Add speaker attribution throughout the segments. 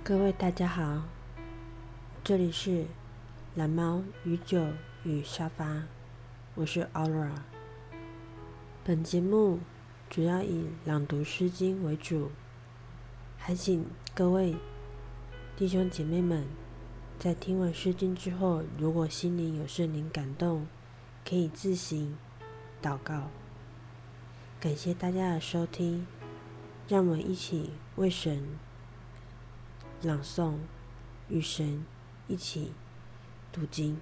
Speaker 1: 各位大家好，这里是蓝猫与酒与沙发，我是 Aura。本节目主要以朗读诗经为主，还请各位弟兄姐妹们在听完诗经之后，如果心灵有圣灵感动，可以自行祷告。感谢大家的收听，让我们一起为神朗诵，与神一起读经。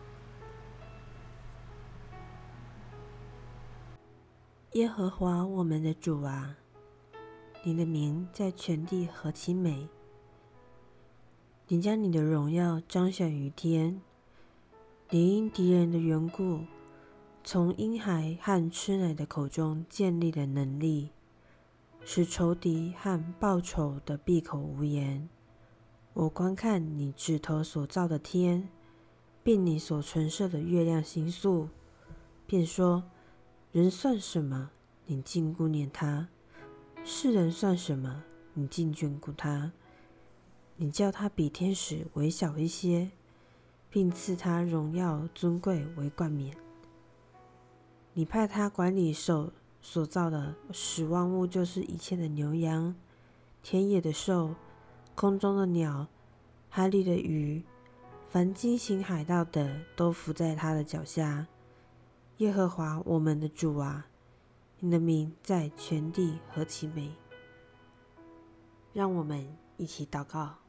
Speaker 1: 耶和华我们的主啊，你的名在全地何其美！你将你的荣耀彰显于天，你因敌人的缘故，从婴孩和吃奶的口中建立了能力，使仇敌和报仇的闭口无言。我观看你指头所造的天，并你所陈设的月亮星宿，便说：人算什么？你竟顾念他；世人算什么？你竟眷顾他。你叫他比天使微小一些，并赐他荣耀尊贵为冠冕。你派他管理手所造的10万物，就是一切的牛羊、田野的兽、空中的鸟、海里的鱼，凡经行海道的，都伏在他的脚下。耶和华我们的主啊，你的名在全地何其美！让我们一起祷告。